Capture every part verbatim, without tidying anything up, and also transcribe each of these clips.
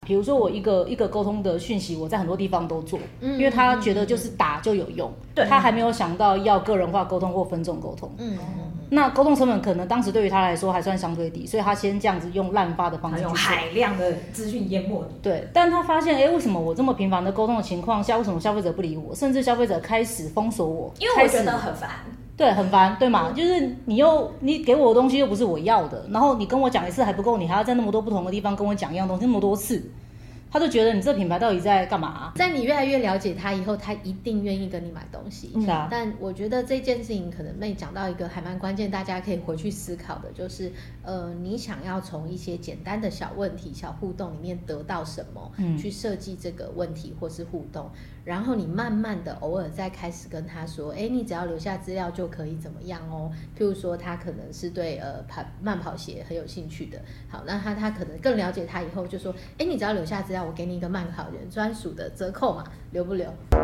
比如说我一个一个沟通的讯息，我在很多地方都做，嗯、因为他觉得就是打就有用，嗯、他还没有想到要个人化沟通或分众沟通。嗯，那沟通成本可能当时对于他来说还算相对低，所以他先这样子用滥发的方式去做， 用海量的资讯淹没你。 对，但他发现，哎，为什么我这么频繁的沟通的情况下，为什么消费者不理我，甚至消费者开始封锁我？ 因为我觉得很烦。 对，很烦，对嘛？就是你又你给我的东西又不是我要的，然后你跟我讲一次还不够，你还要在那么多不同的地方跟我讲一样东西那么多次，他就觉得你这品牌到底在干嘛、啊？ 在你越来越了解他以后，他一定愿意跟你买东西。 是啊， 但我觉得这件事情可能妹讲到一个还蛮关键，大家可以回去思考的，就是呃，你想要从一些简单的小问题、小互动里面得到什么，嗯、去设计这个问题或是互动，然后你慢慢的偶尔再开始跟他说，哎，你只要留下资料就可以怎么样哦。譬如说他可能是对呃跑慢跑鞋很有兴趣的，好，那他他可能更了解他以后就说，哎，你只要留下资料，我给你一个慢跑人专属的折扣嘛，留不留？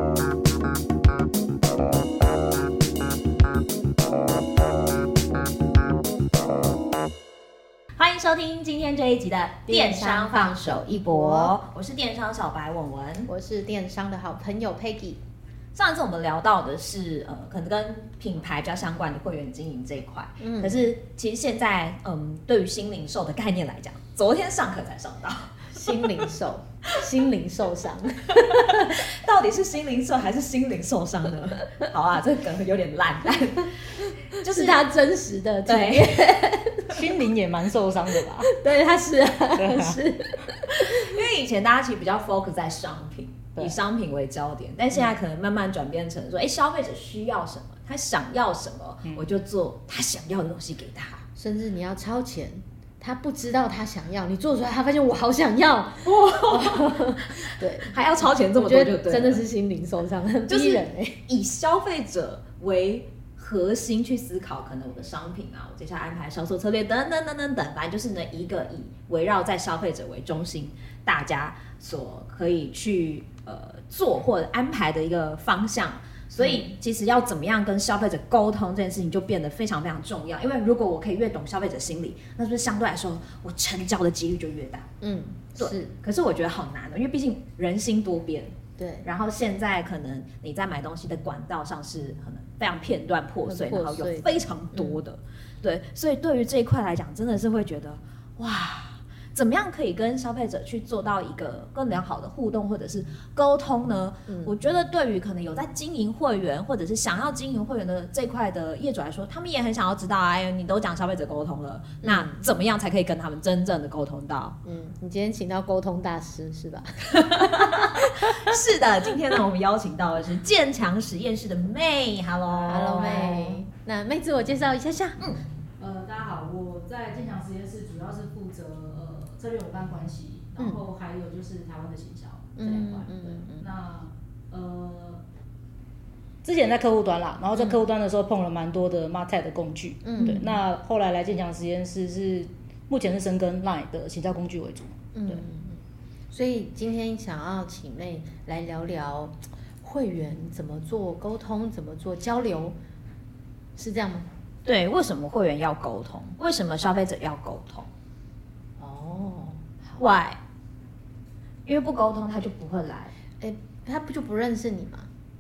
欢迎收听今天这一集的电商放手一搏，我是电商小白文文， 我是电商的好朋友 Peggy。 上一次我们聊到的是呃，可能跟品牌比较相关的会员经营这一块，嗯，可是其实现在嗯，对于新零售的概念来讲，昨天上课才上到新零售，心灵受伤， 到底是心灵受还是心灵受伤呢？好啊，这个梗有点烂， 就是他真实的经验， 心灵也蛮受伤的吧？ 对，他是啊， 啊是， 因为以前大家其实比较 focus 在商品，以商品为焦点，但现在可能慢慢转变成说，哎，消费者需要什么，他想要什么，嗯、我就做他想要的东西给他， 甚至你要超前。他不知道他想要，你做出来，他发现我好想要，哇！对， 还要超前这么多就对了， 我觉得真的是心灵受伤，很逼人哎、欸。 以消费者为核心去思考，可能我的商品啊，我接下来安排销售策略等等等等等，反正就是呢一个以围绕在消费者为中心，大家所可以去呃做或者安排的一个方向。所以其实要怎么样跟消费者沟通这件事情就变得非常非常重要，因为如果我可以越懂消费者心理，那是不是相对来说我成交的几率就越大？嗯，对。是。可是我觉得好难的，因为毕竟人心多变。 对。 然后现在可能你在买东西的管道上是可能非常片段破碎，然后有非常多的，嗯、对。所以对于这一块来讲，真的是会觉得哇。怎么样可以跟消费者去做到一个更良好的互动或者是沟通呢？嗯、我觉得对于可能有在经营会员或者是想要经营会员的这块的业主来说，他们也很想要知道，哎，你都讲消费者沟通了，嗯、那怎么样才可以跟他们真正的沟通到？ 嗯，你今天请到沟通大师是吧？ 是的，今天呢，我们邀请到的是建强实验室的妹 ，Hello，Hello 妹，那妹自我介绍一下下。嗯， 呃，大家好，我在建强实验室主要是负责呃。策略伙伴关系，然后还有就是台湾的行销这一块。嗯嗯嗯。那呃，之前在客户端啦，然后在客户端的时候碰了蛮多的 Martech 的工具。嗯。对，那后来来建强实验室是目前是深耕 Line 的行销工具为主。嗯。对。 所以今天想要请妹来聊聊会员怎么做沟通，怎么做交流，是这样吗？ 对，为什么会员要沟通？为什么消费者要沟通？ 哦 ，Why？ 因为不沟通他就不会来， 哎，他不就不认识你吗？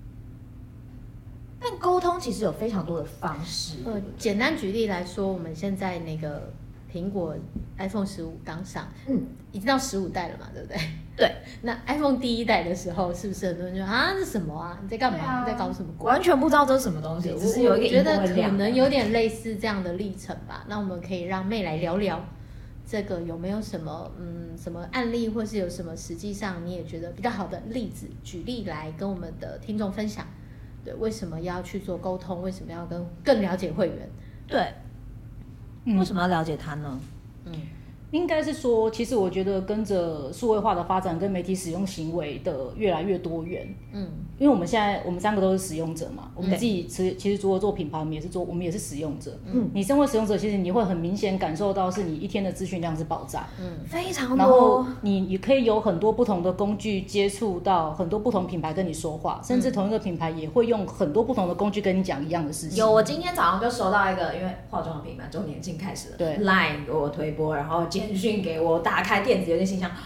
但沟通其实有非常多的方式。 呃，简单举例来说，我们现在那个苹果 iPhone 十五刚上，嗯，已经到十五代了嘛，对不对？ 对。 那 iPhone 第一代的时候，是不是很多人就啊，这什么啊？你在干嘛？啊、你在搞什么鬼？ 完全不知道这是什么东西，只是有一个觉得可能有点类似这样的历程吧。那我们可以让妹来聊聊。这个有没有什么嗯什么案例，或是有什么实际上你也觉得比较好的例子，举例来跟我们的听众分享？对，为什么要去做沟通？为什么要跟更了解会员？ 对，嗯、为什么要了解他呢？ 嗯，应该是说，其实我觉得跟着数位化的发展跟媒体使用行为的越来越多元，嗯，因为我们现在我们三个都是使用者嘛，我们自己其其实除了做品牌，我们也是做，我们也是使用者，嗯，你身为使用者，其实你会很明显感受到是你一天的资讯量是爆炸， 嗯，非常多， 然后你你可以有很多不同的工具接触到很多不同品牌跟你说话，甚至同一个品牌也会用很多不同的工具跟你讲一样的事情。 有，我今天早上就收到一个，因为化妆的品牌周年庆开始了， 对 ，Line 给我推播，然后简讯给我，打开电子邮件信箱。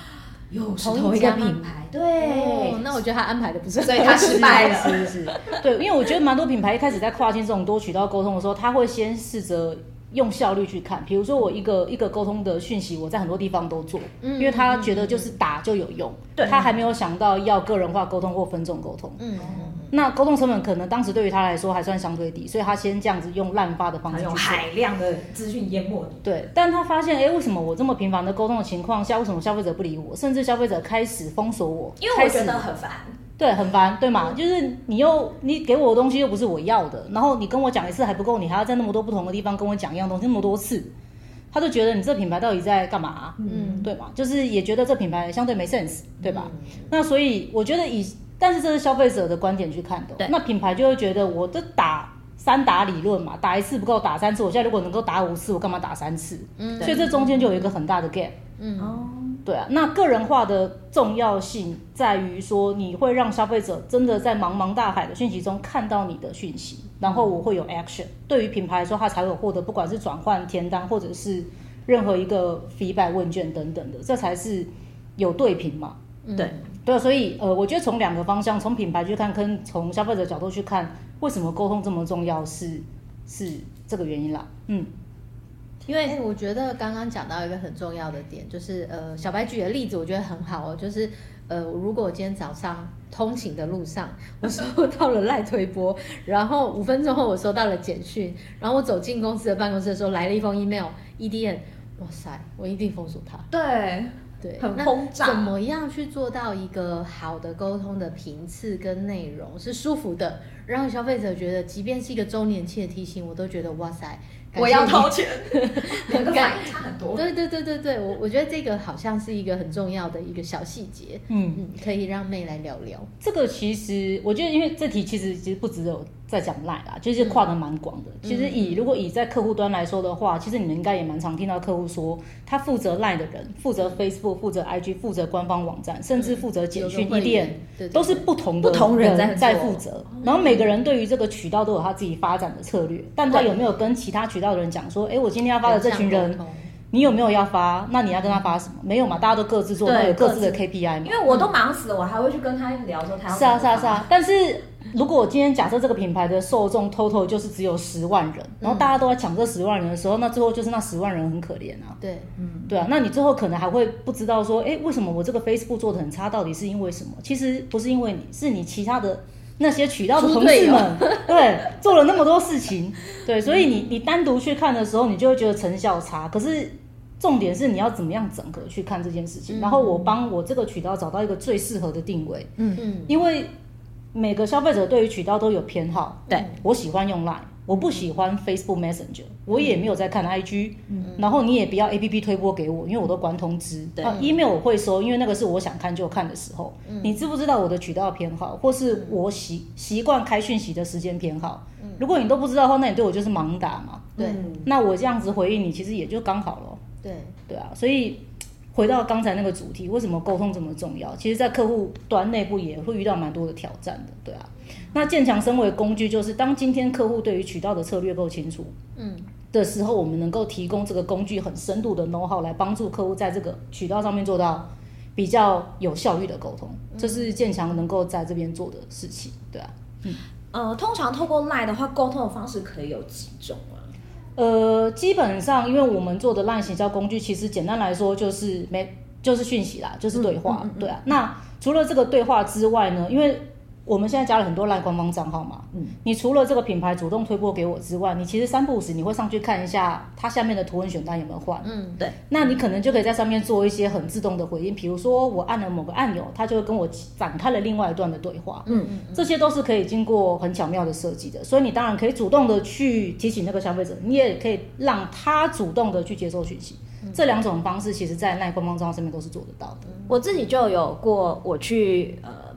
又是同一个品牌，对、 哦，那我觉得他安排的不是， 所以他失败了。 是是是，对，因为我觉得蛮多品牌一开始在跨境这种多渠道沟通的时候，他会先试着用效率去看，比如说我一个一个沟通的讯息，我在很多地方都做，嗯、因为他觉得就是打就有用，对、嗯，他还没有想到要个人化沟通或分众沟通，嗯，那沟通成本可能当时对于他来说还算相对低，所以他先这样子用滥发的方式去做， 用海量的资讯淹没你， 对，但他发现，哎，为什么我这么频繁的沟通的情况下，为什么消费者不理我，甚至消费者开始封锁我， 因为我觉得很烦。 对，很烦，对嘛？就是你又你给我的东西又不是我要的，然后你跟我讲一次还不够，你还要在那么多不同的地方跟我讲一样东西那么多次，他就觉得你这品牌到底在干嘛、啊？嗯，对嘛？就是也觉得这品牌相对没 sense， 对吧？嗯、那所以我觉得以，但是这是消费者的观点去看的，对，那品牌就会觉得我这打三打理论嘛，打一次不够，打三次，我现在如果能够打五次，我干嘛打三次？嗯，所以这中间就有一个很大的 gap。嗯哦。对啊，那个人化的重要性在于说，你会让消费者真的在茫茫大海的讯息中看到你的讯息，然后我会有 action。对于品牌来说，它才有获得不管是转换、填单，或者是任何一个 feedback 问卷等等的，这才是有对平嘛。对对啊，所以呃，我觉得从两个方向，从品牌去看，跟从消费者角度去看，为什么沟通这么重要是是这个原因啦。嗯。 因为、欸、我觉得刚刚讲到一个很重要的点，就是呃，小白举的例子我觉得很好哦，就是呃，如果我今天早上通勤的路上，我收到了赖推播，然后五分钟后我收到了简讯，然后我走进公司的办公室的时候来了一封 email，E D M， 哇塞，我一定封锁它。 对。 对， 很轰炸。 怎么样去做到一个好的沟通的频次跟内容是舒服的，让消费者觉得，即便是一个周年庆的提醒，我都觉得哇塞， 我要掏钱，两个反应差很多。 对对对对对，我我觉得这个好像是一个很重要的一个小细节，嗯嗯，可以让妹来聊聊。 这个其实我觉得，因为这题其实其实不只有在讲赖啦，就是跨得蛮广的。嗯、其实以如果以在客户端来说的话，其实你们应该也蛮常听到客户说，他负责赖的人，负责 Facebook， 负责 I G， 负责官方网站，甚至负责简讯、E D M， 都是不同的不同人在在负责。然后每个人对于这个渠道都有他自己发展的策略，但他有没有跟其他渠道的人讲说，哎，我今天要发的这群人，你有没有要发？那你要跟他发什么？没有嘛，大家都各自做，都有各自的 K P I 嘛。 因为我都忙死了，我还会去跟他聊说他要。 是啊是啊是啊，但是如果我今天假设这个品牌的受众 total 就是只有十万人，然后大家都在抢这十万人的时候，那最后就是那十万人很可怜啊。 对，嗯， 对啊，那你最后可能还会不知道说，哎，为什么我这个 Facebook 做的很差？到底是因为什么？其实不是因为你，是你其他的那些渠道的同事们，对，做了那么多事情，对，所以你你单独去看的时候，你就会觉得成效差。可是重点是你要怎么样整合去看这件事情，嗯、然后我帮我这个渠道找到一个最适合的定位，嗯嗯，因为每个消费者对于渠道都有偏好，对，我喜欢用 Line， 我不喜欢 Facebook Messenger， 我也没有在看 I G，嗯，然后你也不要 A P P 推播给我，因为我都关通知，对、啊、，email 我会收，因为那个是我想看就看的时候，嗯、你知不知道我的渠道偏好，或是我习习惯开讯息的时间偏好？嗯、如果你都不知道的话，那你对我就是盲打嘛，对，那我这样子回应你，其实也就刚好了。对对啊，所以回到刚才那个主题，为什么沟通这么重要？其实，在客户端内部也会遇到蛮多的挑战的，对啊。那建强身为工具，就是当今天客户对于渠道的策略够清楚，嗯，的时候，我们能够提供这个工具很深度的 know how 来帮助客户在这个渠道上面做到比较有效率的沟通，这是建强能够在这边做的事情，对啊。嗯， 呃，通常透过 Line 的话，沟通的方式可以有几种啊？ 呃，基本上，因为我们做的 LINE 行销工具，其实简单来说就是没就是讯息啦，就是对话，嗯嗯嗯、对啊。那除了这个对话之外呢，因为我们现在加了很多 LINE 官方账号嘛，嗯，你除了这个品牌主动推播给我之外，你其实三不五时你会上去看一下它下面的图文选单有没有换，嗯，对。那你可能就可以在上面做一些很自动的回应，比如说我按了某个按钮，它就会跟我展开了另外一段的对话，嗯嗯，这些都是可以经过很巧妙的设计的，所以你当然可以主动的去提醒那个消费者，你也可以让他主动的去接收讯息。这两种方式，其实在LINE官方账号上面都是做得到的。 我自己就有过，我去呃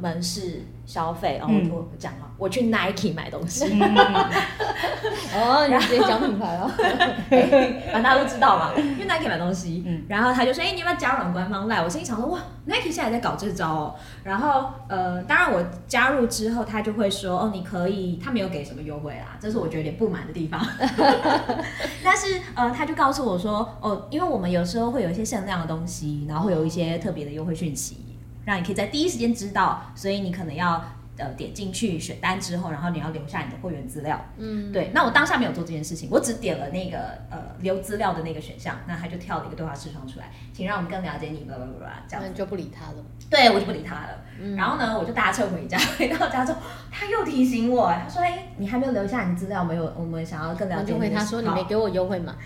门市消费，然后我我讲了，我去 Nike 买东西。 哦，你直接讲品牌哦， 反正大家都知道嘛，因为 Nike 买东西，嗯、然后他就说，哎、欸，你要不要加入我们官方 Line？ 我心里想说，哇 ，Nike 现在在搞这招哦。然后呃，当然我加入之后，他就会说，哦，你可以，他没有给什么优惠啦，这是我觉得有点不满的地方。但是呃，他就告诉我说，哦，因为我们有时候会有一些限量的东西，然后会有一些特别的优惠讯息，让你可以在第一时间知道，所以你可能要。呃，点进去选单之后，然后你要留下你的会员资料。嗯，对。那我当下没有做这件事情，我只点了那个呃留资料的那个选项，那他就跳了一个对话视窗出来，请让我们更了解你，blah blah blah这样。 那你就不理他了。 对，我就不理他了。嗯、然后呢，我就搭车回家，回到家之后，他又提醒我，他说：“哎、欸，你还没有留下你资料，我们有我们想要更了解你。” 我就回他说：“你没给我优惠嘛？”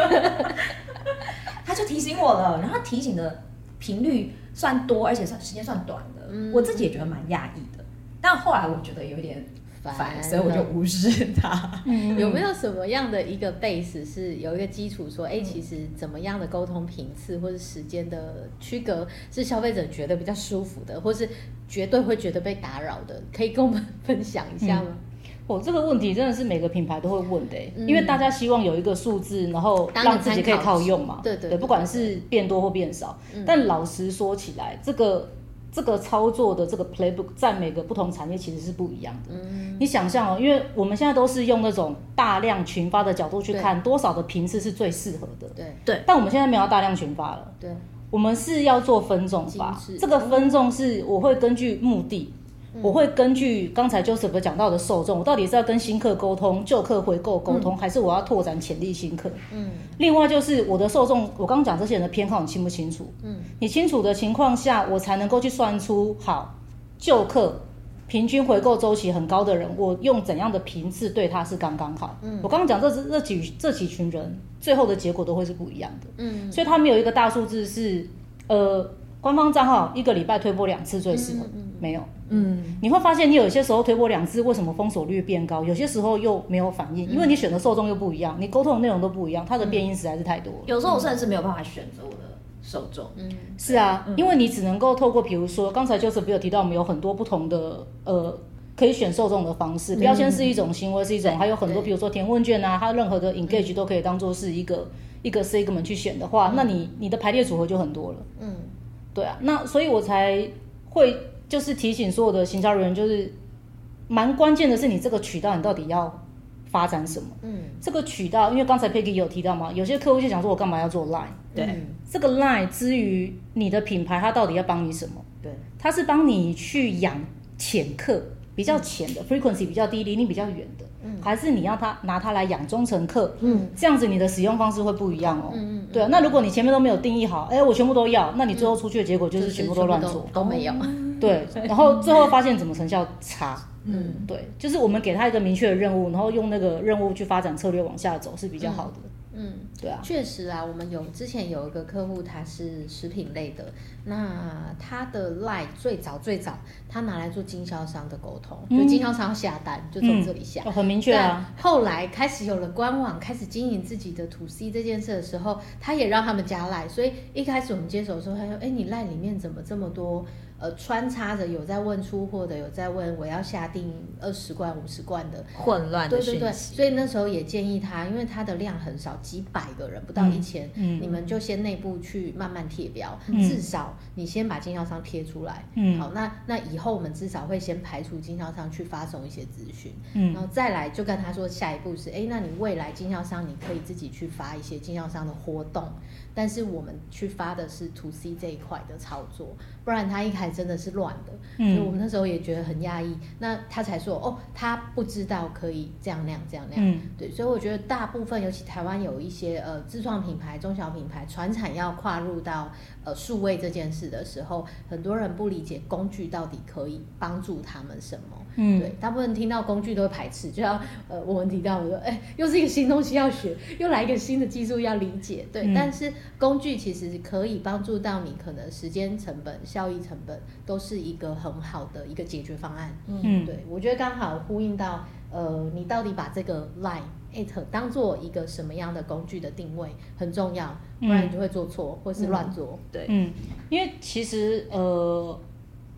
他就提醒我了，然后提醒的频率算多，而且算时间算短的，嗯、我自己也觉得蛮讶异的。但后来我觉得有点烦，所以我就无视它。 嗯、有没有什么样的一个 base 是有一个基础说，哎、欸，其实怎么样的沟通频次或是时间的区隔是消费者觉得比较舒服的，或是绝对会觉得被打扰的，可以跟我们分享一下吗？ 嗯哦，这个问题真的是每个品牌都会问的、嗯，因为大家希望有一个数字，然后让自己可以套用嘛。 对 对, 对, 对，不管是变多或变少。嗯、但老实说起来，这个这个操作的这个 playbook 在每个不同产业其实是不一样的。嗯、你想象哦，因为我们现在都是用那种大量群发的角度去看多少的频次是最适合的。 对对。 但我们现在没有要大量群发了。 对。 我们是要做分众法，这个分众是我会根据目的。我会根据刚才 Joseph 讲到的受众，我到底是要跟新客沟通、旧客回购沟通，嗯、还是我要拓展潜力新客？嗯，另外就是我的受众，我刚刚讲这些人的偏好，你清不清楚？嗯，你清楚的情况下，我才能够去算出好旧客平均回购周期很高的人，我用怎样的频次对他是刚刚好。嗯，我刚刚讲这这几这几群人，最后的结果都会是不一样的。嗯，所以他们有一个大数字是，呃，官方账号一个礼拜推播两次最适合，嗯、没有。嗯，你会发现你有些时候推播两次，为什么封锁率变高？有些时候又没有反应，因为你选的受众又不一样，你沟通的内容都不一样，它的变因实在是太多了。 有时候我甚至没有办法选择我的受众。 嗯，是啊，嗯、因为你只能够透过，比如说刚才 Joseph 有提到，我们有很多不同的呃可以选受众的方式，标签是一种，行为是一种，还有很多，比如说填问卷啊，它任何的 engage 都可以当做是一个一个 segment 去选的话，那你你的排列组合就很多了。嗯，对啊，那所以我才会。就是提醒所有的行销人员，就是蛮关键的是你这个渠道你到底要发展什么？嗯，这个渠道，因为刚才 Peggy 有提到嘛，有些客户就想说我干嘛要做 Line？ 对、嗯， 这个 Line 之于你的品牌，它到底要帮你什么？ 对， 它是帮你去养潜客，比较浅的、嗯、frequency 比较低、离你比较远的。嗯、还是你要他拿它来养忠诚客，嗯，这样子你的使用方式会不一样哦。嗯嗯，对啊，那如果你前面都没有定义好，哎、欸，我全部都要，那你最后出去的结果就是全部都乱做、 就是都，都没有。 对，然后最后发现怎么成效差。嗯，对，就是我们给他一个明确的任务，然后用那个任务去发展策略往下走是比较好的。嗯，对啊， 确实啊，我们有之前有一个客户，他是食品类的，那他的 Line 最早最早他拿来做经销商的沟通，嗯、就经销商下单就从这里下， 嗯哦、很明确啊。 后来开始有了官网，开始经营自己的 to C 这件事的时候，他也让他们加 Line，所以一开始我们接手的时候，他说：“哎，你 Line 里面怎么这么多？”呃，穿插着有在问出货的，有在问我要下定二十罐、五十罐的混乱的讯息。 对对对，所以那时候也建议他，因为他的量很少，几百个人不到一千、嗯，你们就先内部去慢慢贴标、嗯，至少你先把经销商贴出来。嗯，好，那那以后我们至少会先排除经销商去发送一些资讯，嗯，然后再来就跟他说下一步是，哎，那你未来经销商你可以自己去发一些经销商的活动，但是我们去发的是 to C 这一块的操作，不然他一开始真的是乱的，嗯、所以我们那时候也觉得很压抑。那他才说哦，他不知道可以这样那样这样那样、嗯。对，所以我觉得大部分，尤其台湾有一些呃自创品牌、中小品牌、传产要跨入到呃数位这件事的时候，很多人不理解工具到底可以帮助他们什么。嗯，对，大部分听到工具都会排斥，就像呃我们提到的，哎，又是一个新东西要学，又来一个新的技术要理解。对、嗯，但是工具其实可以帮助到你，可能时间成本、效益成本都是一个很好的一个解决方案。嗯，对，我觉得刚好呼应到呃，你到底把这个 Line at 当做一个什么样的工具的定位很重要，不然你就会做错、嗯、或是乱做、 嗯。对，嗯，因为其实呃。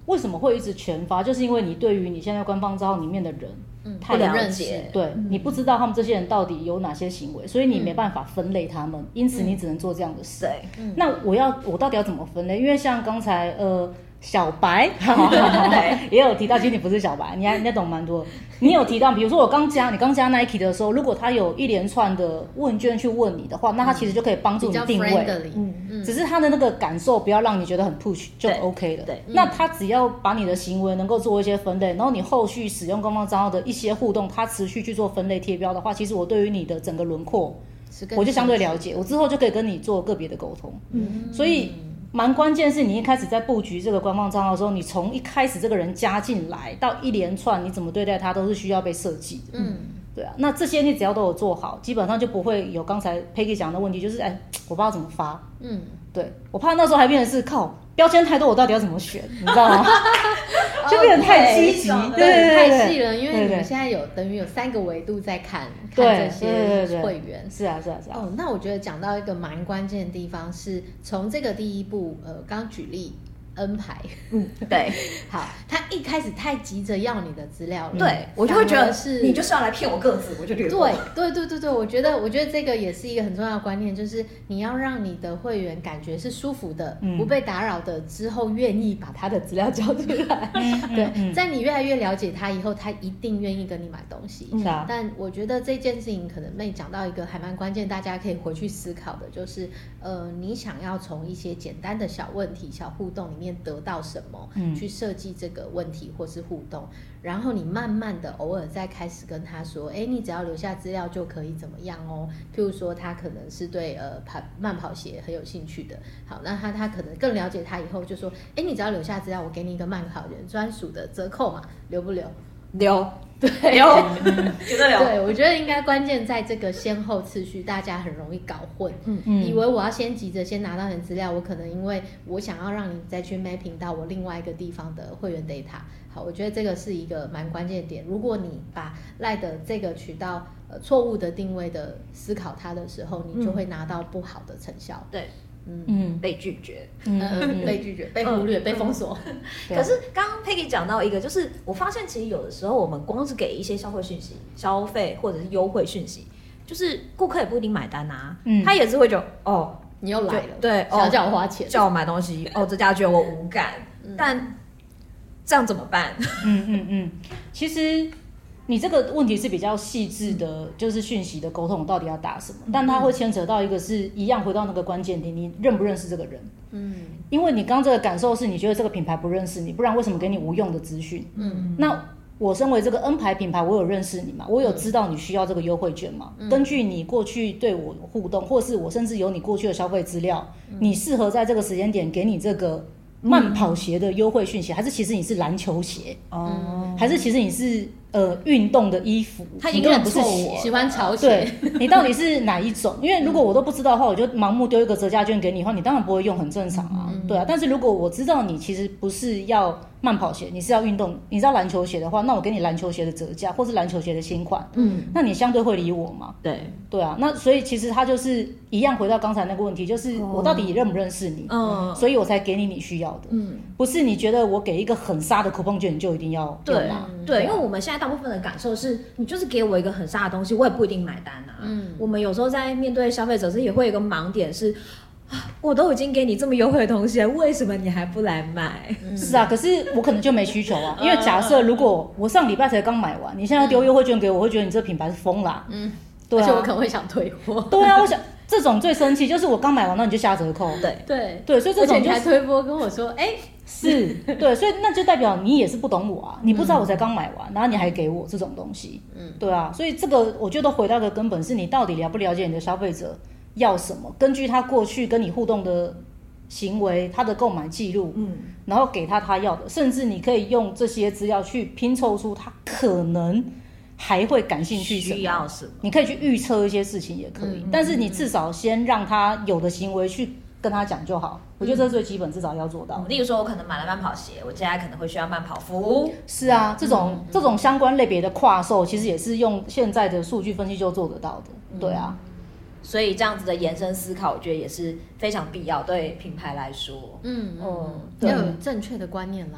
为什么会一直全发，就是因为你对于你现在官方账号里面的人。 嗯， 太了解， 对、嗯、你不知道他们这些人到底有哪些行为，所以你没办法分类他们，嗯、因此你只能做这样的事。对、嗯，那我要我到底要怎么分类？因为像刚才呃小白也有提到，其实你不是小白，你还你还懂蛮多。你有提到，比如说我刚加你刚加 Nike 的时候，如果他有一连串的问卷去问你的话，那他其实就可以帮助你定位。嗯嗯，只是他的那个感受不要让你觉得很 push 就 OK 了。对，那他只要把你的行为能够做一些分类，然后你后续使用官方账号的一些互动，他持续去做分类贴标的话，其实我对于你的整个轮廓，我就相对了解，我之后就可以跟你做个别的沟通。嗯，所以。蛮关键是你一开始在布局这个官方账号的时候，你从一开始这个人加进来到一连串你怎么对待他都是需要被设计的。嗯，对啊，那这些你只要都有做好，基本上就不会有刚才 Peggy 讲的问题，就是哎，我不知道怎么发。嗯，对，我怕那时候还变成是靠标签太多，我到底要怎么选，你知道吗？就变得太积极，对对对， 太细了，因为你们现在有等于有三个维度在看看这些会员。 是啊是啊是啊。 哦，那我觉得讲到一个蛮关键的地方是，从这个第一步，呃，刚举例。N 牌， 嗯，对， 好，他一开始太急着要你的资料了， 对我就会觉得是你就是要来骗我个子，我就略过。 对对对对对，我觉得我觉得这个也是一个很重要的观念，就是你要让你的会员感觉是舒服的，嗯、不被打扰的，之后愿意把他的资料交出来。对，嗯、在你越来越了解他以后，他一定愿意跟你买东西。嗯、但我觉得这件事情可能妹讲到一个还蛮关键，大家可以回去思考的，就是呃，你想要从一些简单的小问题、小互动里面得到什么，嗯、去设计这个问题或是互动，然后你慢慢的偶尔再开始跟他说，哎，你只要留下资料就可以怎么样哦。譬如说他可能是对呃跑慢跑鞋很有兴趣的，好，那他他可能更了解他以后就说，哎，你只要留下资料，我给你一个慢跑人专属的折扣嘛，留不留？ 留。 对， 留，绝对留。 对，我觉得应该关键在这个先后次序，大家很容易搞混，嗯嗯，以为我要先急着先拿到你的资料，我可能因为我想要让你再去 mapping 到我另外一个地方的会员 data。好，我觉得这个是一个蛮关键的点。如果你把 赖 的这个渠道呃错误的定位的思考它的时候，你就会拿到不好的成效。 嗯、对。嗯，被拒绝， 嗯，被拒绝，被忽略，嗯、被封锁。 可是刚刚 Peggy 讲到一个，就是我发现其实有的时候我们光是给一些消费讯息、消费或者是优惠讯息，就是顾客也不一定买单啊，嗯、他也是会觉得哦， 你又来了， 对， 想要叫我花钱， 叫我买东西，哦，这家觉得我无感，嗯、但这样怎么办？ 嗯嗯嗯，其实。你这个问题是比较细致的，就是讯息的沟通，我到底要打什么？但它会牵扯到一个是一样，回到那个关键点，你认不认识这个人？嗯，因为你刚刚这个感受是你觉得这个品牌不认识你，不然为什么给你无用的资讯？嗯，那我身为这个 N 牌品牌，我有认识你嘛？我有知道你需要这个优惠券嘛？嗯、根据你过去对我互动，或是我甚至有你过去的消费资料，嗯、你适合在这个时间点给你这个慢跑鞋的优惠讯息，还是其实你是篮球鞋？哦，还是其实你是？呃，运动的衣服， 他永远不是喜欢潮鞋。 对，你到底是哪一种？因为如果我都不知道的话，我就盲目丢一个折价券给你的话，你当然不会用，很正常啊。嗯、对啊，但是如果我知道你其实不是要慢跑鞋，你是要运动，你是要篮球鞋的话，那我给你篮球鞋的折价，或是篮球鞋的新款，嗯，那你相对会理我嘛？ 对， 对啊，那所以其实他就是一样，回到刚才那个问题，就是我到底认不认识你？嗯，所以我才给你你需要的，嗯，不是你觉得我给一个很杀的 coupon 券，你就一定要对啊，对，因为我们现在大部分的感受是，你就是给我一个很杀的东西，我也不一定买单啊。嗯，我们有时候在面对消费者时，也会有一个盲点是，我都已经给你这么优惠的东西了，为什么你还不来买？ 嗯、是啊，可是我可能就没需求啊，因为假设如果我上礼拜才刚买完，你现在要丢优惠券给我，我会觉得你这品牌是疯啦。嗯， 对啊，而且我可能会想退货。 对啊，我想这种最生气就是我刚买完，那你就下折扣。 对对对，所以这种、就是、 而且你还推波跟我说，哎、欸。 是，对，所以那就代表你也是不懂我啊，你不知道我才刚买完，然后你还给我这种东西，嗯，对啊，所以这个我觉得回到个根本是你到底了不了解你的消费者要什么，根据他过去跟你互动的行为，他的购买记录，嗯，然后给他他要的，甚至你可以用这些资料去拼凑出他可能还会感兴趣什么， 需要什么， 你可以去预测一些事情也可以，嗯、但是你至少先让他有的行为去跟他讲就好，我觉得这是最基本，至少要做到。 嗯、例如说，我可能买了慢跑鞋，我接下来可能会需要慢跑服。 是啊，这种、嗯、这种相关类别的跨售，其实也是用现在的数据分析就做得到的。嗯、对啊， 所以这样子的延伸思考，我觉得也是非常必要，对品牌来说。 嗯嗯，要有正确的观念啦。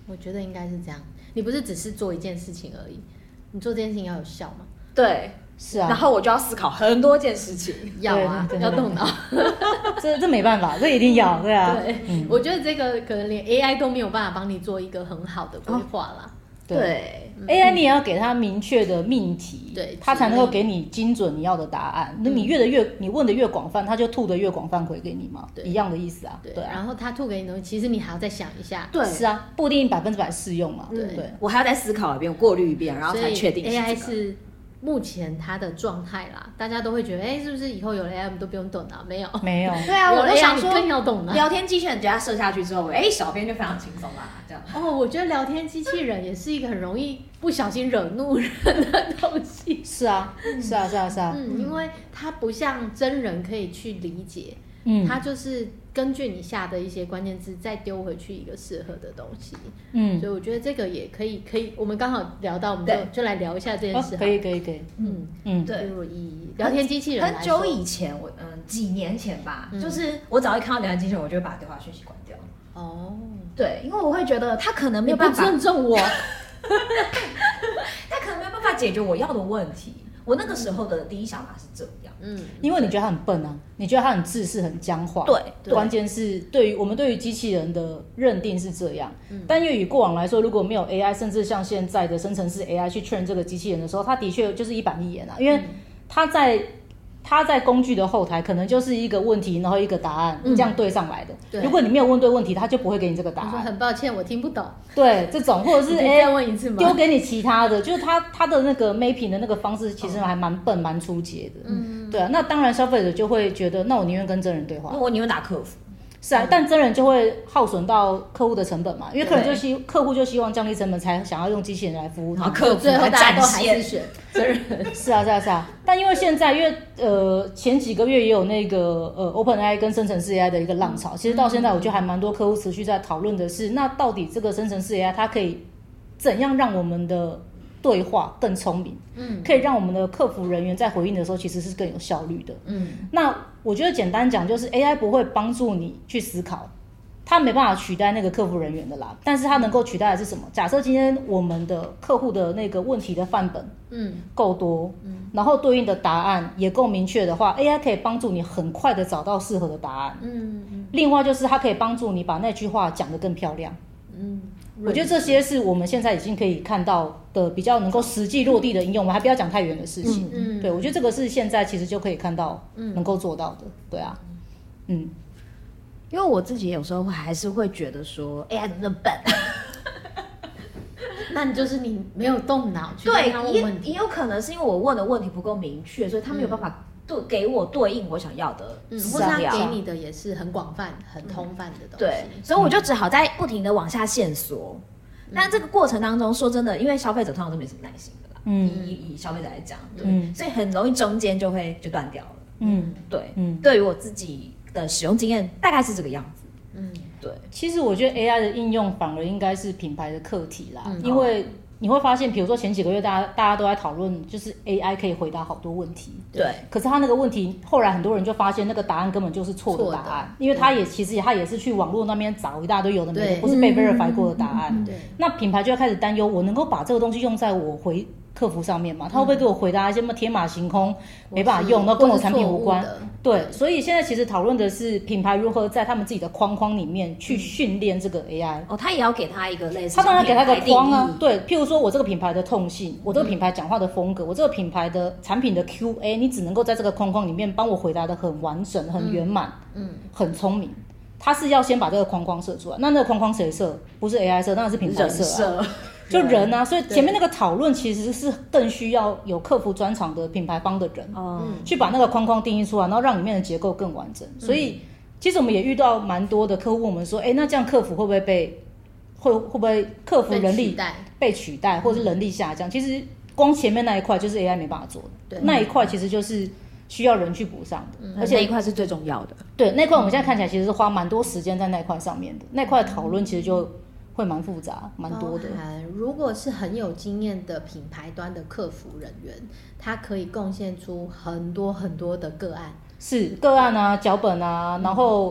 我觉得应该是这样。你不是只是做一件事情而已，你做这件事情要有效吗？ 对， 是啊。 然后我就要思考很多件事情， 要啊，要动脑。 这这没办法，这一定要，对啊。 对，嗯、我觉得这个可能连 A I 都没有办法帮你做一个很好的规划啦。哦对、 嗯、，A I 你也要给它明确的命题， 对， 它才能够给你精准你要的答案。那、嗯、你越的越，你问的越广泛，它就吐的越广泛回给你嘛，一样的意思啊。 对， 对啊。 然后它吐给你的东西，其实你还要再想一下。 对， 是啊，不一定百分之百适用嘛。 对， 对我还要再思考一遍，过滤一遍，然后才确定是、这个。 A I 是目前它的状态啦，大家都会觉得，哎，是不是以后有了 A I 我们都不用动脑？没有， 没有。 对啊，我都想说， 更要动脑。 聊天机器人给它设下去之后，哎，小编就非常轻松啦，这样。 哦，我觉得聊天机器人也是一个很容易不小心惹怒人的东西。 是啊，是啊，是啊，是啊。 嗯，因为它不像真人可以去理解，嗯，它就是根据你下的一些关键字，再丢回去一个适合的东西。嗯，所以我觉得这个也可以，可以，我们刚好聊到，我们就就来聊一下这件事、 哦。可以，可以，可以。 嗯嗯，对。 就以聊天机器人很久以前，我嗯、呃、几年前吧、嗯，就是我只要一看到聊天机器人，我就会把对话讯息关掉。 哦， 对，因为我会觉得他可能没有办法尊重我， 他可能没有办法解决我要的问题。我那个时候的第一想法是这样， 嗯， 因为你觉得他很笨啊，你觉得他很自私、很僵化， 对， 关键是对于我们对于机器人的认定是这样，嗯、但因为以过往来说，如果没有 A I， 甚至像现在的生成式 A I 去 train 这个机器人的时候，它的确就是一板一眼啊，因为它在。它在工具的后台可能就是一个问题，然后一个答案、嗯、这样对上来的。如果你没有问对问题，它就不会给你这个答案。 你说很抱歉，我听不懂。 对，这种或者是哎，再问一次吗？ 丢给你其他的，就是它它的那个 mapping 的那个方式，其实还蛮笨、蛮出节的。嗯，对啊，那当然消费者就会觉得，那我宁愿跟真人对话， 我宁愿打客服。 是啊，但真人就会耗损到客户的成本嘛，因为客人就希客户就希望降低成本，才想要用机器人来服务他。 然后客服最后大家都还是选真人。 是啊，是啊，是啊。但因为现在，因为呃前几个月也有那个呃 OpenAI 跟生成式 A I 的一个浪潮，其实到现在我觉得还蛮多客户持续在讨论的是，那到底这个生成式 A I 它可以怎样让我们的对话更聪明，嗯，可以让我们的客服人员在回应的时候其实是更有效率的，嗯，那我觉得简单讲就是 A I 不会帮助你去思考，它没办法取代那个客服人员的啦，但是它能够取代的是什么？假设今天我们的客户的那个问题的范本，嗯，够多，嗯，然后对应的答案也够明确的话 ，A I 可以帮助你很快的找到适合的答案，嗯，嗯另外就是它可以帮助你把那句话讲得更漂亮，嗯。我觉得这些是我们现在已经可以看到的比较能够实际落地的应用，我们还不要讲太远的事情。嗯，对，我觉得这个是现在其实就可以看到能够做到的。对啊，嗯， 因为我自己有时候还是会觉得说 A I 怎么那么笨， 那你就是你没有动脑去跟他问问题， 也也有可能是因为我问的问题不够明确，所以他没有办法对给我对应我想要的， 嗯，或者他给你的也是很广泛、很通泛的东西。 对，所以我就只好在不停的往下线索。嗯、但这个过程当中，说真的，因为消费者通常都没什么耐心的啦，嗯，以以消费者来讲，对、嗯，所以很容易中间就会就断掉了。嗯，对，嗯，对于我自己的使用经验，大概是这个样子。嗯，对。 其实我觉得 A I 的应用反而应该是品牌的课题啦，嗯、因为。你会发现，比如说前几个月，大家大家都在讨论，就是 A I 可以回答好多问题。 对。 可是他那个问题，后来很多人就发现那个答案根本就是错的答案，因为他也其实他也是去网络那边找一大堆有的没的，不是被 verify 过的答案。对。那品牌就要开始担忧，我能够把这个东西用在我回客服上面吗？他会不会给我回答一些什么天马行空，没办法用，那跟我产品无关？对。所以现在其实讨论的是品牌如何在他们自己的框框里面去训练这个 A I。 哦，他也要给他一个类似， 他当然给他一个框啊，对，譬如说我这个品牌的痛性，我这个品牌讲话的风格，我这个品牌的产品的 Q A， 你只能够在这个框框里面帮我回答的很完整、很圆满、嗯，很聪明。他是要先把这个框框设出来，那那个框框谁设？不是 A I 设，当然是品牌设啊。就人啊，所以前面那个讨论其实是更需要有客服专长的品牌方的人，嗯，去把那个框框定义出来，然后让里面的结构更完整。所以其实我们也遇到蛮多的客户问我们说，哎，那这样客服会不会被会会不会客服人力被取代，或者是人力下降？其实光前面那一块就是 A I 没办法做的，那一块其实就是需要人去补上的， 嗯、而且那一块是最重要的。 对，那块我们现在看起来其实是花蛮多时间在那块上面的，那块讨论其实就会蛮复杂、蛮多的。 如果是很有经验的品牌端的客服人员，他可以贡献出很多很多的个案， 是个案啊、脚本啊，然后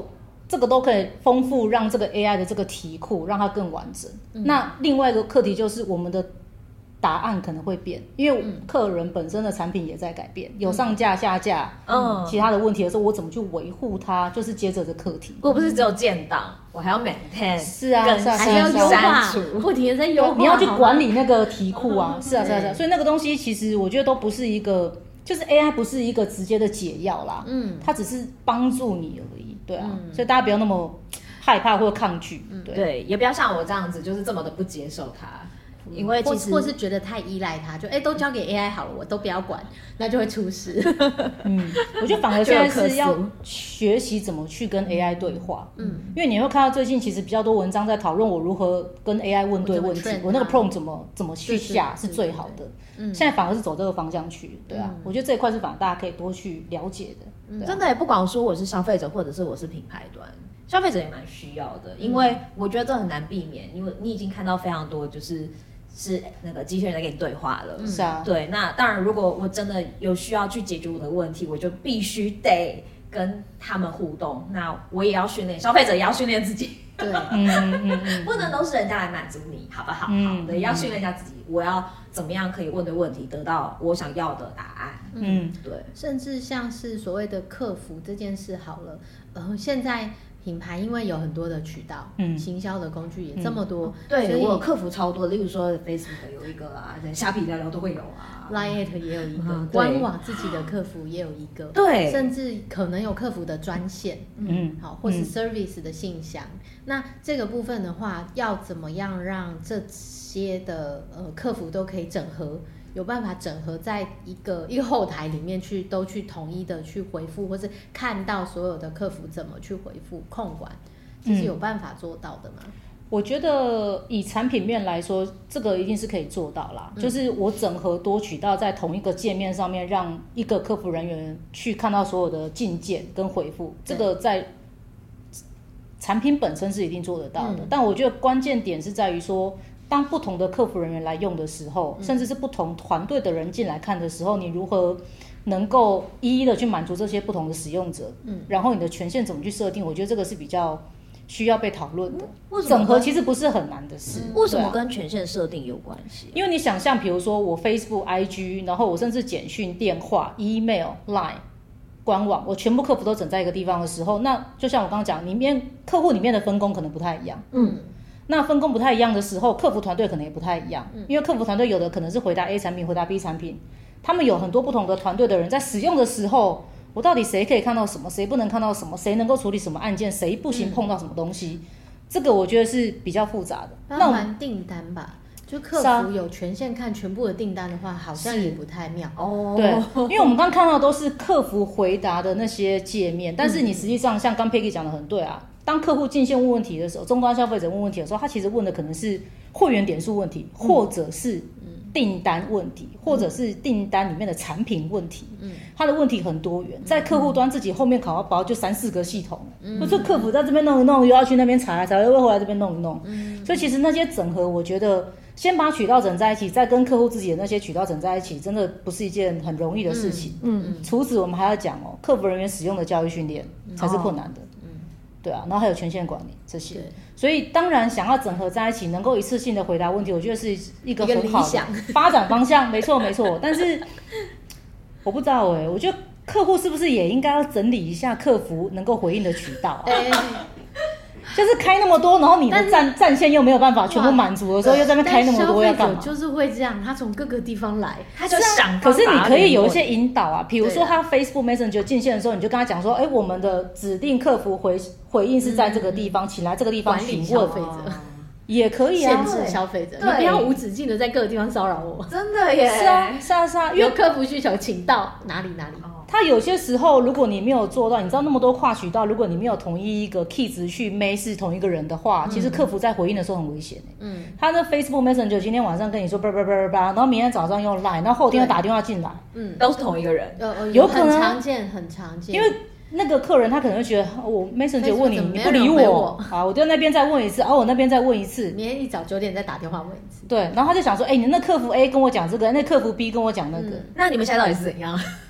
这个都可以丰富让这个 A I 的这个题库让它更完整。嗯、那另外一个课题就是我们的答案可能会变，因为客人本身的产品也在改变，有上架下架，嗯，其他的问题的时候，我怎么去维护它，就是接着的课题。 我不是只有建档，我还要 maintain， 是啊，是啊， 还要优化，不停的在优化， 你要去管理那个题库啊，是啊，是啊，是啊，所以那个东西其实我觉得都不是一个，就是 A I 不是一个直接的解药啦，嗯，它只是帮助你而已，对啊，所以大家不要那么害怕或抗拒，对， 对，也不要像我这样子，就是这么的不接受它。因为其实或是觉得太依赖它，就哎、欸、都交给 A I 好了，我都不要管，那就会出事。 嗯，我觉得反而现在是要学习怎么去跟 A I 对话。嗯，因为你会看到最近其实比较多文章在讨论我如何跟 A I 问对问题， 我, 我那个 prompt 怎么怎么去下是最好的。嗯，现在反而是走这个方向去，对啊，嗯、我觉得这一块是反而大家可以多去了解的。 嗯啊、真的也不管说我是消费者或者是我是品牌端。消费者也蛮需要的，因为我觉得这很难避免，因为你已经看到非常多就是是那个机器人在跟你对话了， 是啊， 对。那当然，如果我真的有需要去解决我的问题，我就必须得跟他们互动。那我也要训练消费者，也要训练自己， 对， 嗯嗯嗯， 不能都是人家来满足你，好不好？ 嗯、 好的，也要训练一下自己，我要怎么样可以问对问题，得到我想要的答案。嗯，对。 甚至像是所谓的客服这件事，好了，呃，现在。品牌因为有很多的渠道，嗯，行销的工具也这么多， 嗯、对，我有客服超多，例如说 Facebook 有一个啊，虾皮聊聊都会有啊 ，Line 也有一个，嗯、官网自己的客服也有一个， 对， 甚至可能有客服的专线，嗯，好，或是 service 的信箱。嗯、那这个部分的话，要怎么样让这些的呃客服都可以整合？有办法整合在一个一个后台里面去，都去统一的去回复，或是看到所有的客服怎么去回复控管，这是有办法做到的吗？ 嗯、我觉得以产品面来说，这个一定是可以做到啦。嗯、就是我整合多渠道在同一个界面上面，让一个客服人员去看到所有的进件跟回复，这个在产品本身是一定做得到的。嗯、但我觉得关键点是在于说。当不同的客服人员来用的时候，甚至是不同团队的人进来看的时候，你如何能够一一的去满足这些不同的使用者？嗯，然后你的权限怎么去设定？我觉得这个是比较需要被讨论的。嗯、整合其实不是很难的事。 嗯、为什么跟权限设定有关系？ 因为你想象，比如说我 Facebook、I G， 然后我甚至简讯、电话、email、Line、官网，我全部客服都整在一个地方的时候，那就像我刚刚讲，里面客户里面的分工可能不太一样。嗯。那分工不太一样的时候，客服团队可能也不太一样，嗯、因为客服团队有的可能是回答 A 产品，回答 B 产品，他们有很多不同的团队的人在使用的时候，我到底谁可以看到什么，谁不能看到什么，谁能够处理什么案件，谁不行碰到什么东西，嗯、这个我觉得是比较复杂的。 包含订单吧，就客服有权限看全部的订单的话，好像也不太妙哦。对，因为我们刚看到的都是客服回答的那些界面，但是你实际上像刚 Peggy 讲的很对啊。当客户进线问问题的时候，终端消费者问问题的时候，他其实问的可能是会员点数问题，嗯、或者是订单问题，嗯、或者是订单里面的产品问题。嗯，他的问题很多元，在客户端自己后面考包就三四个系统，嗯、或者客服在这边弄一弄，又要去那边查，才会回来这边弄一弄。嗯，所以其实那些整合，我觉得先把渠道整在一起，再跟客户自己的那些渠道整在一起，真的不是一件很容易的事情。嗯嗯，除此我们还要讲哦，客服人员使用的教育训练才是困难的。哦对啊，然后还有权限管理这些，所以当然想要整合在一起，能够一次性的回答问题，我觉得是一个很好的发展方向，没错没错。但是我不知道哎、欸，我觉得客户是不是也应该要整理一下客服能够回应的渠道啊？欸就是开那么多，然后你的战战线又没有办法全部满足的时候，又在那边开那么多，要干嘛？ 就是会这样，他从各个地方来， 他就想。 可是你可以有一些引导啊，比如说他 Facebook Messenger 进线的时候，你就跟他讲说，哎、欸，我们的指定客服回回应是在这个地方，嗯、请来这个地方询问消费者。 也可以啊， 限制消费者，你不要无止境的在各个地方骚扰我。 真的耶， 是啊，是啊，是啊， 有客服需求，请到哪里哪里。 他有些时候，如果你没有做到，你知道那么多跨渠道，如果你没有同一一个 key 值去 May 是同一个人的话，嗯、其实客服在回应的时候很危险。嗯，他的 Facebook Messenger 今天晚上跟你说叭叭叭叭，然后明天早上用 Line， 然后后天又打电话进来， 嗯，都是同一个人， 有有有可能很常见，很常见， 因为。那个客人他可能会觉得，哦、我 Messenger 问你，你不理我，啊，我就那边再问一次，哦，我那边再问一次， 明天一早九点再打电话问一次。 对，然后他就想说，哎、欸，你那客服 A 跟我讲这个，那客服 B 跟我讲那个、 嗯，那你们现在到底是怎样？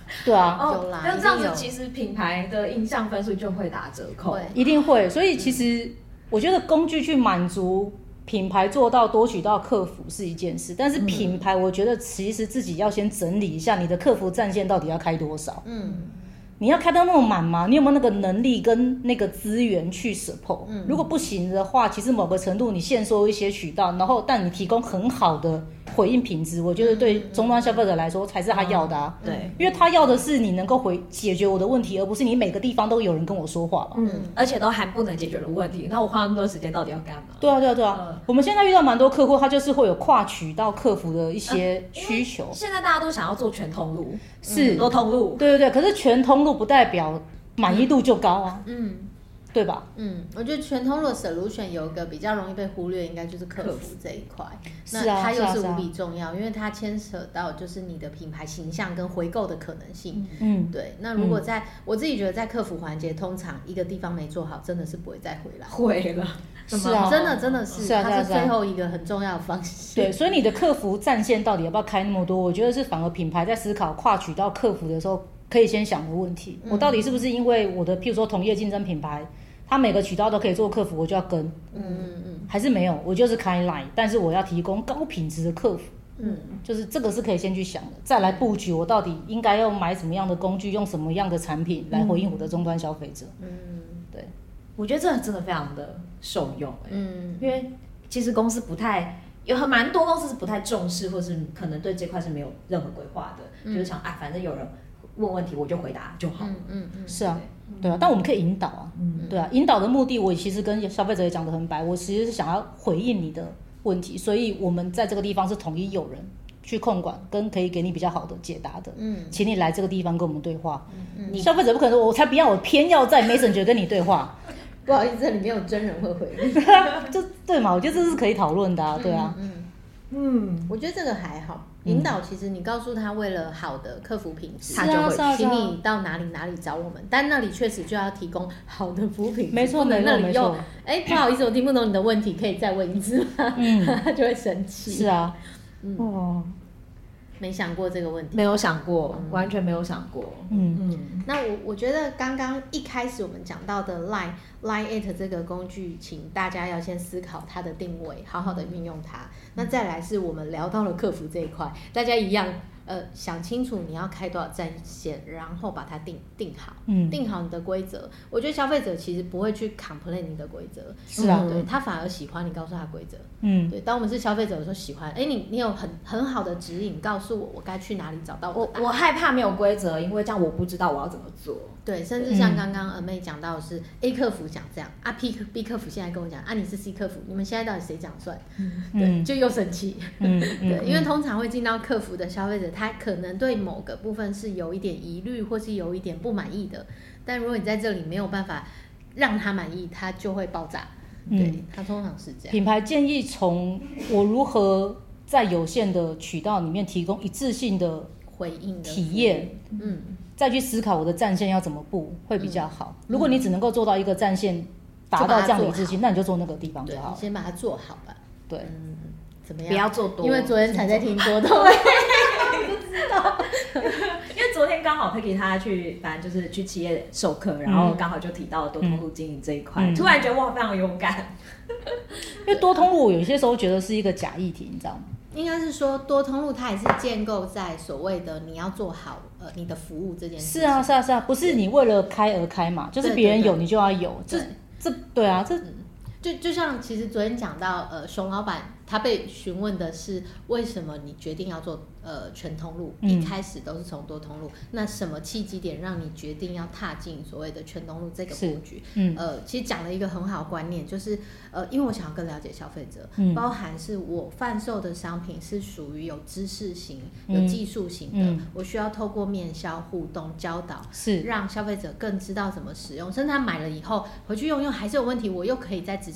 对啊， 哦，那这样子其实品牌的印象分数就会打折扣， 一定会。所以其实我觉得工具去满足品牌做到多渠道客服是一件事，但是品牌我觉得其实自己要先整理一下你的客服战线到底要开多少。嗯。你要开到那么满吗？你有没有那个能力跟那个资源去 support？、嗯、如果不行的话，其实某个程度你限缩一些渠道，然后但你提供很好的回应品质，我觉得对终端消费者来说才是他要的啊。 嗯、对， 因为他要的是你能够回解决我的问题，而不是你每个地方都有人跟我说话嘛。 嗯，而且都还不能解决的问题，那我花那么多时间到底要干嘛？ 对啊，对啊，对啊。嗯、我们现在遇到蛮多客户，他就是会有跨渠道客服的一些需求。呃、 现在大家都想要做全通路， 是多通路。 对对对，可是全通路不代表满意度就高啊，嗯，对吧？ 嗯，我觉得全通路的 solution 有一个比较容易被忽略，应该就是客服这一块。那它又是无比重要，因为它牵扯到就是你的品牌形象跟回购的可能性。嗯，对。那如果在、嗯、我自己觉得在客服环节，通常一个地方没做好，真的是不会再回来。 会了， 是啊， 真的真的是， 是啊， 它是最后一个很重要的方向。 对，所以你的客服战线到底要不要开那么多？我觉得是反而品牌在思考跨渠道客服的时候。可以先想的问题，我到底是不是因为我的，譬如说同业竞争品牌，它每个渠道都可以做客服，我就要跟，嗯嗯嗯，还是没有，我就是开 line， 但是我要提供高品质的客服，嗯，就是这个是可以先去想的，再来布局我到底应该要买什么样的工具，用什么样的产品来回应我的终端消费者，嗯，对， 我觉得这真的非常的受用、欸，嗯，因为其实公司不太。有很蛮多公司是不太重视，或是可能对这块是没有任何规划的，嗯、就是想啊，反正有人问问题我就回答就好了。嗯嗯嗯， 是啊，对啊，但我们可以引导啊，嗯、对啊，引导的目的我其实跟消费者也讲得很白，我其实是想要回应你的问题，所以我们在这个地方是统一有人去控管，跟可以给你比较好的解答的。嗯，请你来这个地方跟我们对话。嗯嗯，消费者不可能说我才不要，我偏要在 Messenger 跟你对话。 不好意思，这里没有真人会回应。 就对嘛，我觉得这是可以讨论的啊，对啊。 嗯嗯, 嗯，我觉得这个还好。引导其实你告诉他，为了好的客服品质，他就会请你到哪里哪里找我们。但那里确实就要提供好的服务品质， 没错， 不能那里又哎， 不好意思，我听不懂你的问题，可以再问一次吗？嗯，他就会生气。 是啊， 嗯。哦。没想过这个问题， 没有想过，嗯、完全没有想过。 嗯嗯，那我我觉得刚刚一开始我们讲到的 Line Line at 这个工具，请大家要先思考它的定位，好好的运用它。嗯、那再来是我们聊到了客服这一块，大家一样。呃，想清楚你要开多少战线，然后把它定定好，嗯，定好你的规则。我觉得消费者其实不会去 complain 你的规则， 是啊， 对他反而喜欢你告诉他规则，嗯，对。当我们是消费者的时候，喜欢，哎，你你有很很好的指引，告诉我我该去哪里找到我的答案。 我我害怕没有规则，因为这样我不知道我要怎么做。 对，甚至像刚刚阿妹讲到的是 A 客服讲这样，啊 B B 客服现在跟我讲，啊你是 C 客服，你们现在到底谁讲算？嗯、对，就又生气。嗯，对，因为通常会进到客服的消费者，他可能对某个部分是有一点疑虑，或是有一点不满意的。但如果你在这里没有办法让他满意，他就会爆炸。对，嗯、他通常是这样。 品牌建议从我如何在有限的渠道里面提供一致性的回应体验，嗯。再去思考我的战线要怎么布会比较好。嗯、如果你只能够做到一个战线达到这样的一致性，那你就做那个地方就好了。 先把它做好吧。 对， 嗯，怎么样？ 不要做多， 因为昨天才在听多多。 对，不知道。因为昨天刚好 Peggy 他去，反正就是去企业授课，然后刚好就提到了多通路经营这一块，嗯、突然觉得哇非常勇敢。 因为多通路，我有些时候觉得是一个假议题，你知道吗？ 应该是说多通路，它也是建构在所谓的你要做好呃你的服务这件事。 是啊是啊是啊，不是你为了开而开嘛，就是别人有你就要有。这这对啊，这、 嗯、就就像其实昨天讲到呃熊老板他被询问的是为什么你决定要做呃全通路，嗯、一开始都是从多通路，那什么契机点让你决定要踏进所谓的全通路这个布局？嗯，呃，其实讲了一个很好的观念，就是呃，因为我想要更了解消费者，嗯、包含是我贩售的商品是属于有知识型、有技术型的，嗯、我需要透过面销互动教导，是让消费者更知道怎么使用，甚至他买了以后回去用用还是有问题，我又可以再直接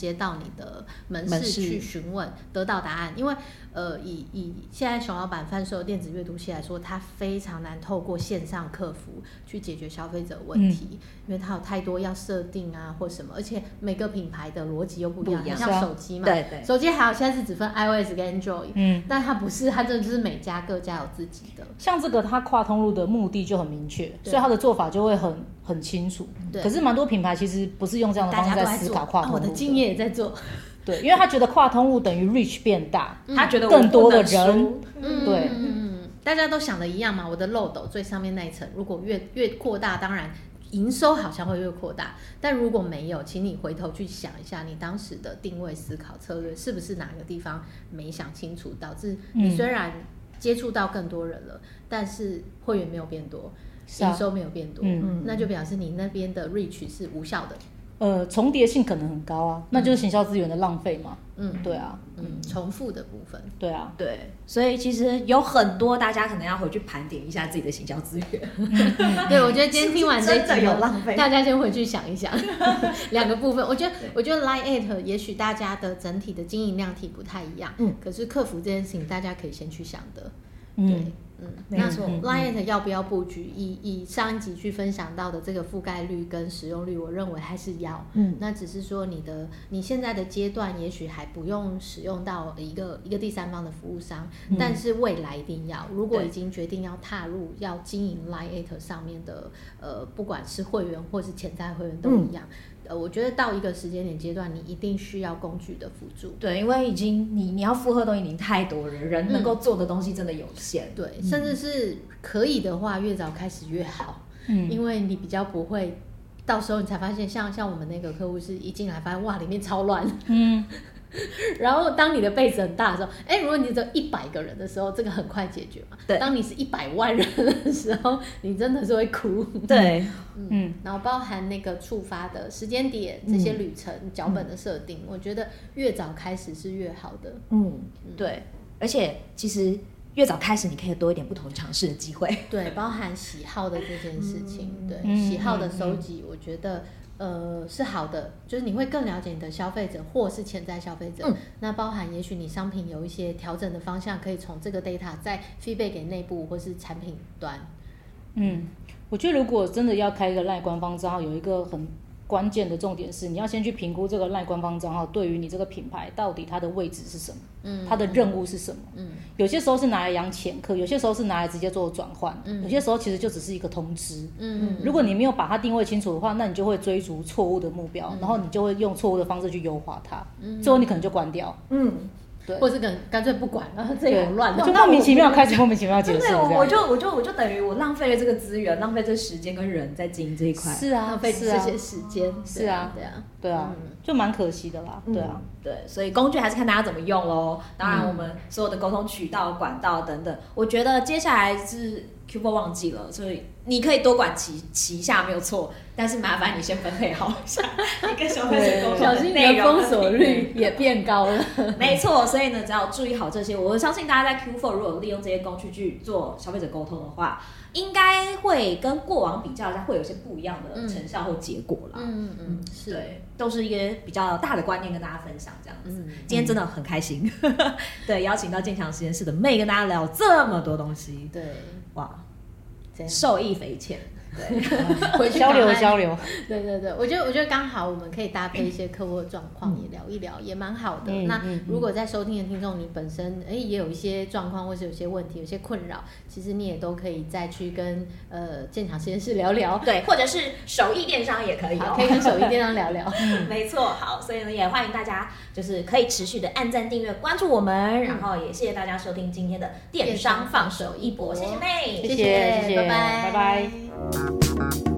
接到你的门门市市去询问，得到答案。因为呃，以以现在熊老板贩售的电子阅读器来说，它非常难透过线上客服去解决消费者问题，嗯、因为它有太多要设定啊或什么，而且每个品牌的逻辑又不一样，像手机嘛， 对对， 手机还有现在是只分 iOS 跟 Android，嗯，但它不是，它真的就是每家各家有自己的。 像这个，它跨通路的目的就很明确，所以它的做法就会很很清楚。可是蛮多品牌其实不是用这样的方式在思考跨通路的。 哦、我的敬业也在做。 对，因为他觉得跨通路等于 reach 变大， 嗯、他觉得更多的人， 嗯、 对， 嗯，大家都想的一样嘛。我的漏斗最上面那一层，如果越越扩大，当然营收好像会越扩大，但如果没有，请你回头去想一下，你当时的定位思考策略是不是哪个地方没想清楚，导致你虽然接触到更多人了，嗯、但是会员没有变多，营、啊、收没有变多，嗯、那就表示你那边的 reach 是无效的。 呃，重叠性可能很高啊，那就是行销资源的浪费嘛。嗯，对啊， 嗯，重复的部分。 对啊， 对，所以其实有很多大家可能要回去盘点一下自己的行销资源。 对，我觉得今天听完这一集有浪费， 大家先回去想一想两个部分。我觉得，我觉得 Line at 也许大家的整体的经营量体不太一样，嗯，可是客服这件事情大家可以先去想的。对。嗯嗯， 没错。 Line 要不要布局？以以上一集去分享到的这个覆盖率跟使用率，我认为还是要。嗯，那只是说你的你现在的阶段，也许还不用使用到一个一个第三方的服务商，嗯、但是未来一定要。如果已经决定要踏入要经营 Line 上面的，呃，不管是会员或是潜在会员都一样。嗯呃，我觉得到一个时间点阶段，你一定需要工具的辅助。 对，因为已经你你要负荷的东西已经太多了，人能够做的东西真的有限。 嗯、对，甚至是可以的话，越早开始越好。嗯，因为你比较不会，到时候你才发现像，像像我们那个客户是一进来发现哇，里面超乱。嗯。然后当你的被子很大的时候，哎，如果你只有一百个人的时候，这个很快解决嘛。对。当你是一百万人的时候，你真的是会哭。 对。 嗯。嗯然后包含那个触发的时间点，这些旅程、嗯、脚本的设定，我觉得越早开始是越好的。 嗯，对。而且其实越早开始，你可以多一点不同尝试的机会。 对，包含喜好的这件事情，嗯、对、嗯、喜好的收集，我觉得。呃，是好的，就是你会更了解你的消费者或是潜在消费者。嗯、那包含也许你商品有一些调整的方向，可以从这个 data 再 feedback 给内部或是产品端。 嗯，我觉得如果真的要开一个 LINE 官方账号，有一个很关键的重点是，你要先去评估这个 LINE 官方账号对于你这个品牌到底它的位置是什么，嗯，它的任务是什么。嗯，有些时候是拿来养潜客，有些时候是拿来直接做转换，嗯，有些时候其实就只是一个通知。嗯，如果你没有把它定位清楚的话，那你就会追逐错误的目标，嗯、然后你就会用错误的方式去优化它，嗯，最后你可能就关掉。嗯。 对，或是干干脆不管，然后这也很乱， 就莫名其妙开始莫名其妙结束。 对，我就我就我就等于我浪费了这个资源，浪费这时间跟人在经营这一块。 是啊，浪费这些时间。 是啊，对啊，对啊，就蛮可惜的啦。对啊， 对，所以工具还是看大家怎么用咯。当然，我们所有的沟通渠道、管道等等，我觉得接下来是 Q 四 忘记了，所以你可以多管齐齐下没有错，但是麻烦你先分配好一下你跟消费者沟通的内容， 小心你的封锁率也变高了。 没错，所以呢，只要注意好这些，我相信大家在 Q 四 如果利用这些工具去做消费者沟通的话，应该会跟过往比较一下，会有些不一样的成效或结果啦。 嗯嗯嗯，是， 对，都是一个比较大的观念跟大家分享这样子。嗯、今天真的很开心，对，邀请到建强实验室的妹跟大家聊这么多东西， 对， 哇。受益匪浅，对， 回去交流交流， 对对对，我觉得我觉得刚好我们可以搭配一些客户的状况也聊一聊，也蛮好的。嗯、那如果在收听的听众，你本身哎也有一些状况，或是有些问题、有些困扰，其实你也都可以再去跟呃建强实验室聊聊， 对，或者是手艺电商也可以哦， 可以跟手艺电商聊聊。 嗯，没错，好，所以呢也欢迎大家就是可以持续的按赞、订阅、关注我们，然后也谢谢大家收听今天的电商放手一搏，谢谢妹， 谢谢谢谢，拜拜拜拜。